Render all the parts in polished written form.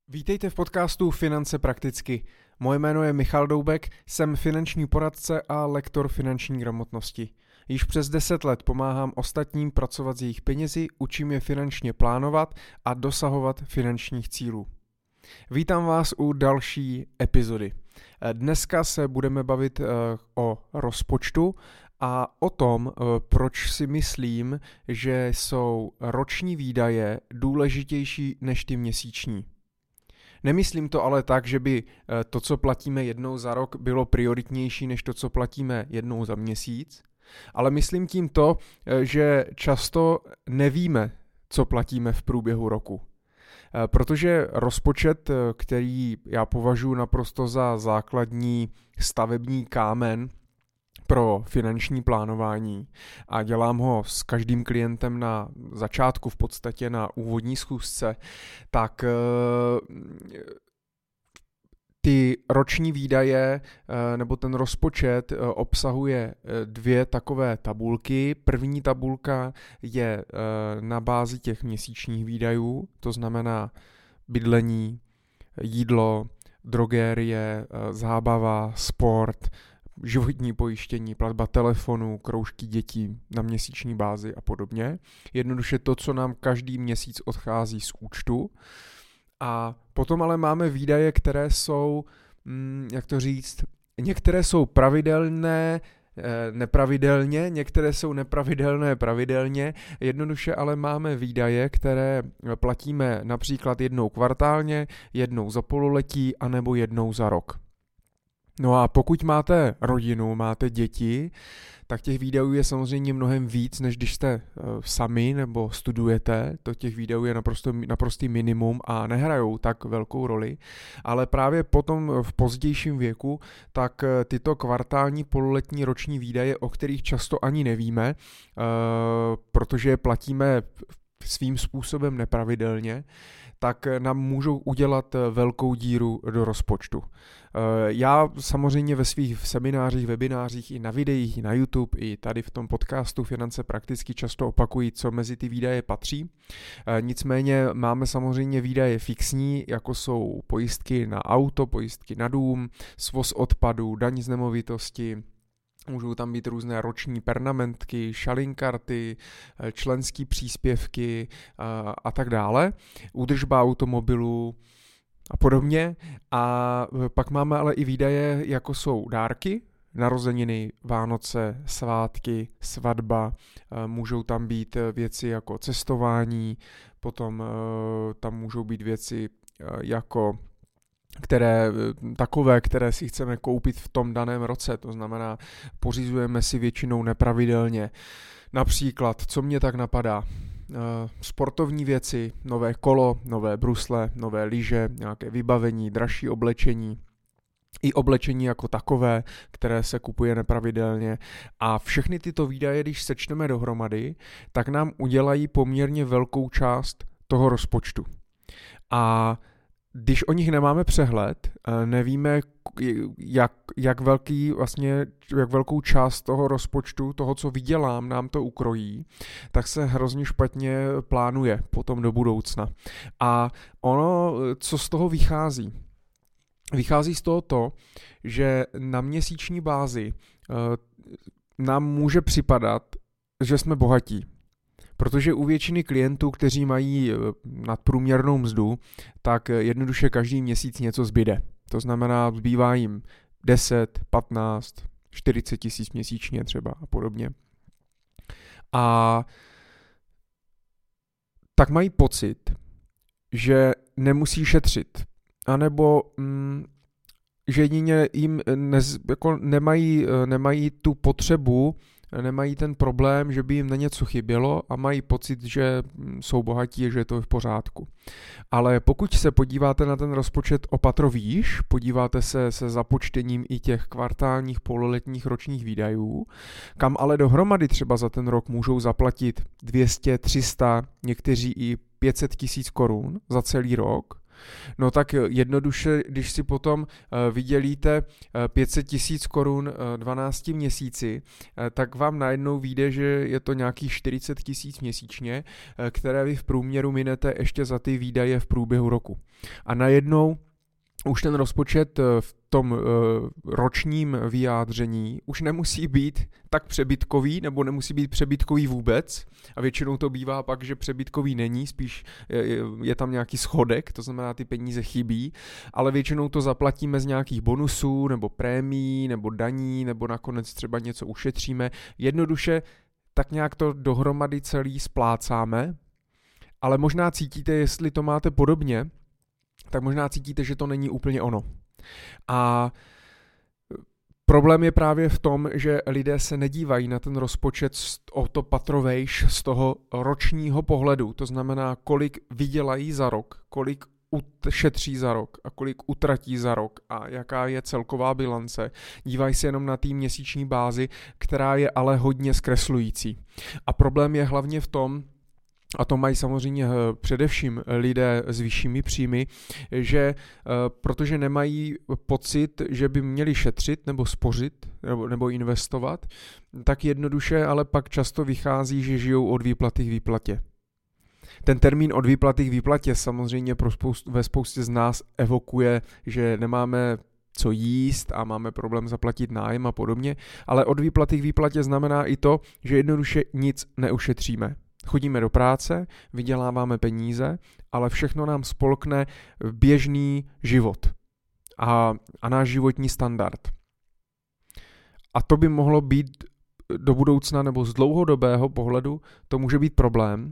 Vítejte v podcastu Finance prakticky. Moje jméno je Michal Doubek, jsem finanční poradce a lektor finanční gramotnosti. Již přes 10 let pomáhám ostatním pracovat s jejich penězi, učím je finančně plánovat a dosahovat finančních cílů. Vítám vás u další epizody. Dneska se budeme bavit o rozpočtu a o tom, proč si myslím, že jsou roční výdaje důležitější než ty měsíční. Nemyslím to ale tak, že by to, co platíme jednou za rok, bylo prioritnější než to, co platíme jednou za měsíc, ale myslím tím to, že často nevíme, co platíme v průběhu roku. Protože rozpočet, který já považuji naprosto za základní stavební kámen pro finanční plánování a dělám ho s každým klientem na začátku, v podstatě na úvodní schůzce, tak ty roční výdaje nebo ten rozpočet obsahuje dvě takové tabulky. První tabulka je na bázi těch měsíčních výdajů, to znamená bydlení, jídlo, drogérie, zábava, sport, životní pojištění, platba telefonu, kroužky dětí na měsíční bázi a podobně. Jednoduše to, co nám každý měsíc odchází z účtu. A potom ale máme výdaje, které jsou, některé jsou pravidelné, nepravidelně, některé jsou nepravidelné pravidelně, jednoduše ale máme výdaje, které platíme například jednou kvartálně, jednou za pololetí anebo jednou za rok. No a pokud máte rodinu, máte děti, tak těch výdajů je samozřejmě mnohem víc, než když jste sami nebo studujete. To těch výdajů je naprostý minimum a nehrajou tak velkou roli. Ale právě potom v pozdějším věku, tak tyto kvartální, pololetní, roční výdaje, o kterých často ani nevíme, protože je platíme svým způsobem nepravidelně, tak nám můžou udělat velkou díru do rozpočtu. Já samozřejmě ve svých seminářích, webinářích i na videích, i na YouTube, i tady v tom podcastu Finance prakticky často opakuji, co mezi ty výdaje patří. Nicméně máme samozřejmě výdaje fixní, jako jsou pojistky na auto, pojistky na dům, svoz odpadů, daň z nemovitosti. Můžou tam být různé roční pernamentky, šalinkarty, členské příspěvky a tak dále, údržba automobilu a podobně. A pak máme ale i výdaje, jako jsou dárky, narozeniny, Vánoce, svátky, svatba, můžou tam být věci jako cestování, potom tam můžou být věci jako které si chceme koupit v tom daném roce, to znamená, pořizujeme si většinou nepravidelně. Například, co mě tak napadá, sportovní věci, nové kolo, nové brusle, nové lyže, nějaké vybavení, dražší oblečení, i oblečení jako takové, které se kupuje nepravidelně a všechny tyto výdaje, když sečteme dohromady, tak nám udělají poměrně velkou část toho rozpočtu. A když o nich nemáme přehled, nevíme, jak velkou část toho rozpočtu, toho, co vydělám, nám to ukrojí, tak se hrozně špatně plánuje potom do budoucna. A ono, co z toho vychází? Vychází z toho to, že na měsíční bázi nám může připadat, že jsme bohatí. Protože u většiny klientů, kteří mají nadprůměrnou mzdu, tak jednoduše každý měsíc něco zbyde. To znamená, zbývá jim 10, 15, 40 tisíc měsíčně třeba a podobně. A tak mají pocit, že nemusí šetřit. A nebo že jedině jim nemají tu potřebu, nemají ten problém, že by jim na něco chybělo a mají pocit, že jsou bohatí a že je to v pořádku. Ale pokud se podíváte na ten rozpočet o patro výš, podíváte se započtením i těch kvartálních, pololetních, ročních výdajů, kam ale dohromady třeba za ten rok můžou zaplatit 200, 300, někteří i 500 tisíc korun za celý rok, No tak jednoduše, když si potom vydělíte 500 000 korun 12 měsíci, tak vám najednou vyjde, že je to nějakých 40 000 měsíčně, které vy v průměru minete ještě za ty výdaje v průběhu roku. A najednou už ten rozpočet v tom ročním vyjádření už nemusí být tak přebytkový, nebo nemusí být přebytkový vůbec. A většinou to bývá pak, že přebytkový není, spíš je tam nějaký schodek, to znamená, ty peníze chybí, ale většinou to zaplatíme z nějakých bonusů, nebo prémií, nebo daní, nebo nakonec třeba něco ušetříme. Jednoduše tak nějak to dohromady celý splácáme, ale možná cítíte, jestli to máte podobně, tak možná cítíte, že to není úplně ono. A problém je právě v tom, že lidé se nedívají na ten rozpočet o to patrovejš z toho ročního pohledu. To znamená, kolik vydělají za rok, kolik ušetří za rok a kolik utratí za rok a jaká je celková bilance. Dívají se jenom na té měsíční bázi, která je ale hodně zkreslující. A problém je hlavně v tom, a to mají samozřejmě především lidé s vyššími příjmy, že protože nemají pocit, že by měli šetřit nebo spořit nebo investovat, tak jednoduše ale pak často vychází, že žijou od výplaty k výplatě. Ten termín od výplaty k výplatě samozřejmě ve spoustě z nás evokuje, že nemáme co jíst a máme problém zaplatit nájem a podobně, ale od výplaty k výplatě znamená i to, že jednoduše nic neušetříme. Chodíme do práce, vyděláváme peníze, ale všechno nám spolkne v běžný život a náš životní standard. A to by mohlo být do budoucna nebo z dlouhodobého pohledu, to může být problém,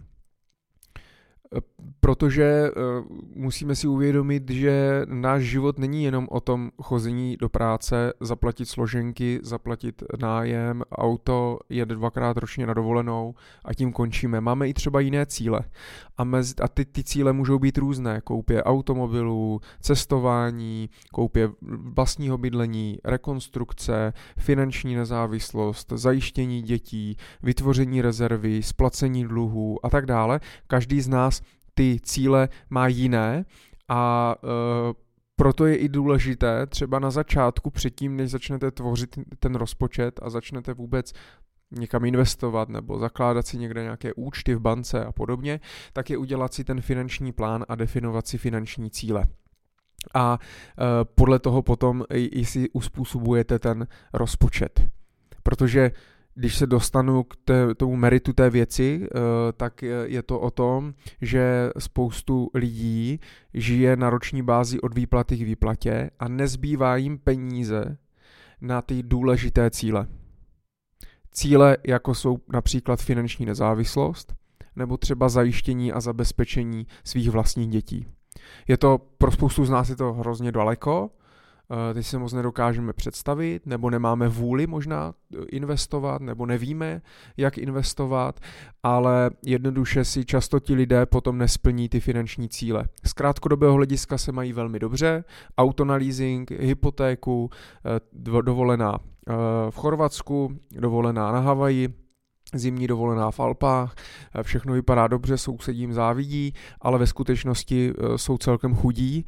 protože musíme si uvědomit, že náš život není jenom o tom chození do práce, zaplatit složenky, zaplatit nájem, auto, jet 2krát ročně na dovolenou a tím končíme. Máme i třeba jiné cíle a ty cíle můžou být různé. Koupě automobilů, cestování, koupě vlastního bydlení, rekonstrukce, finanční nezávislost, zajištění dětí, vytvoření rezervy, splacení dluhů a tak dále. Každý z nás ty cíle má jiné a proto je i důležité třeba na začátku, předtím, než začnete tvořit ten rozpočet a začnete vůbec někam investovat nebo zakládat si někde nějaké účty v bance a podobně, tak je udělat si ten finanční plán a definovat si finanční cíle. A podle toho potom i si uspůsobujete ten rozpočet. Protože když se dostanu k tomu meritu té věci, tak je to o tom, že spoustu lidí žije na roční bázi od výplaty k výplatě a nezbývá jim peníze na ty důležité cíle. Cíle, jako jsou například finanční nezávislost, nebo třeba zajištění a zabezpečení svých vlastních dětí. Pro spoustu z nás je to hrozně daleko, teď se moc nedokážeme představit, nebo nemáme vůli možná investovat, nebo nevíme, jak investovat, ale jednoduše si často ti lidé potom nesplní ty finanční cíle. Z krátkodobého hlediska se mají velmi dobře, auto na leasing, hypotéku, dovolená v Chorvatsku, dovolená na Havaji, zimní dovolená v Alpách, všechno vypadá dobře, sousedím závidí, ale ve skutečnosti jsou celkem chudí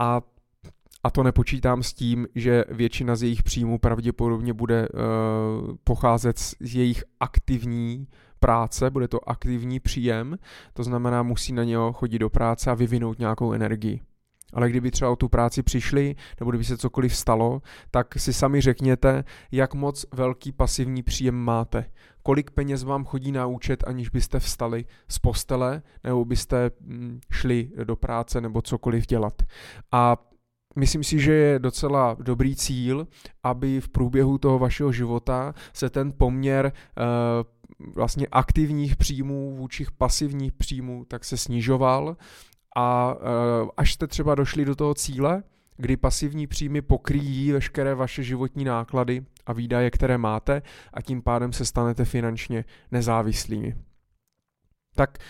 a to nepočítám s tím, že většina z jejich příjmů pravděpodobně bude pocházet z jejich aktivní práce, bude to aktivní příjem, to znamená, musí na něho chodit do práce a vyvinout nějakou energii. Ale kdyby třeba o tu práci přišli, nebo kdyby se cokoliv stalo, tak si sami řekněte, jak moc velký pasivní příjem máte. Kolik peněz vám chodí na účet, aniž byste vstali z postele, nebo byste šli do práce, nebo cokoliv dělat. A myslím si, že je docela dobrý cíl, aby v průběhu toho vašeho života se ten poměr vlastně aktivních příjmů vůči pasivních příjmů tak se snižoval a až jste třeba došli do toho cíle, kdy pasivní příjmy pokryjí veškeré vaše životní náklady a výdaje, které máte a tím pádem se stanete finančně nezávislými. Tak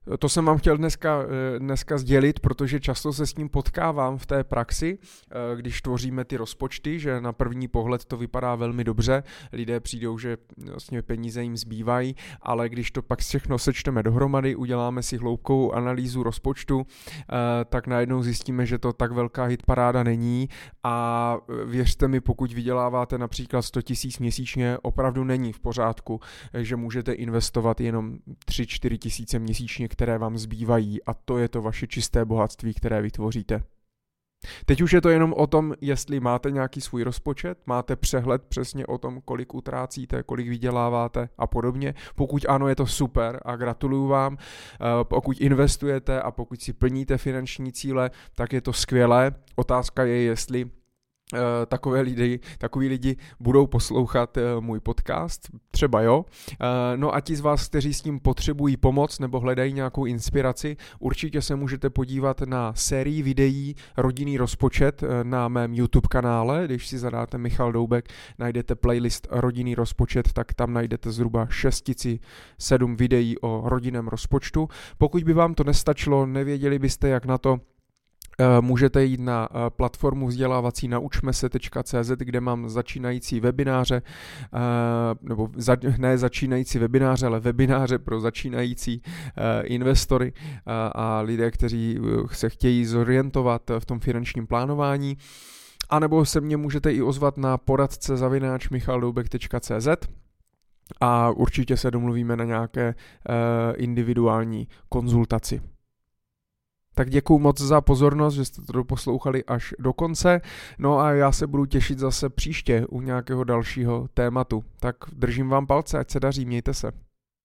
To jsem vám chtěl dneska sdělit, protože často se s ním potkávám v té praxi, když tvoříme ty rozpočty, že na první pohled to vypadá velmi dobře, lidé přijdou, že vlastně peníze jim zbývají, ale když to pak všechno sečteme dohromady, uděláme si hloubkovou analýzu rozpočtu, tak najednou zjistíme, že to tak velká hitparáda není a věřte mi, pokud vyděláváte například 100 000 měsíčně, opravdu není v pořádku, že můžete investovat jenom 3-4 tisíce měsíčně, které vám zbývají a to je to vaše čisté bohatství, které vytvoříte. Teď už je to jenom o tom, jestli máte nějaký svůj rozpočet, máte přehled přesně o tom, kolik utrácíte, kolik vyděláváte a podobně. Pokud ano, je to super a gratuluju vám. Pokud investujete a pokud si plníte finanční cíle, tak je to skvělé. Otázka je, jestli takoví lidi budou poslouchat můj podcast, třeba jo. No a ti z vás, kteří s tím potřebují pomoc nebo hledají nějakou inspiraci, určitě se můžete podívat na sérii videí Rodinný rozpočet na mém YouTube kanále. Když si zadáte Michal Doubek, najdete playlist Rodinný rozpočet, tak tam najdete zhruba 6-7 videí o rodinném rozpočtu. Pokud by vám to nestačilo, nevěděli byste, jak na to, můžete jít na platformu vzdělávací naučmese.cz, kde mám začínající webináře, nebo ne začínající webináře, ale webináře pro začínající investory a lidé, kteří se chtějí zorientovat v tom finančním plánování. A nebo se mě můžete i ozvat na poradce@michaldoubek.cz a určitě se domluvíme na nějaké individuální konzultaci. Tak děkuju moc za pozornost, že jste to doposlouchali až do konce. No a já se budu těšit zase příště u nějakého dalšího tématu. Tak držím vám palce, ať se daří, mějte se.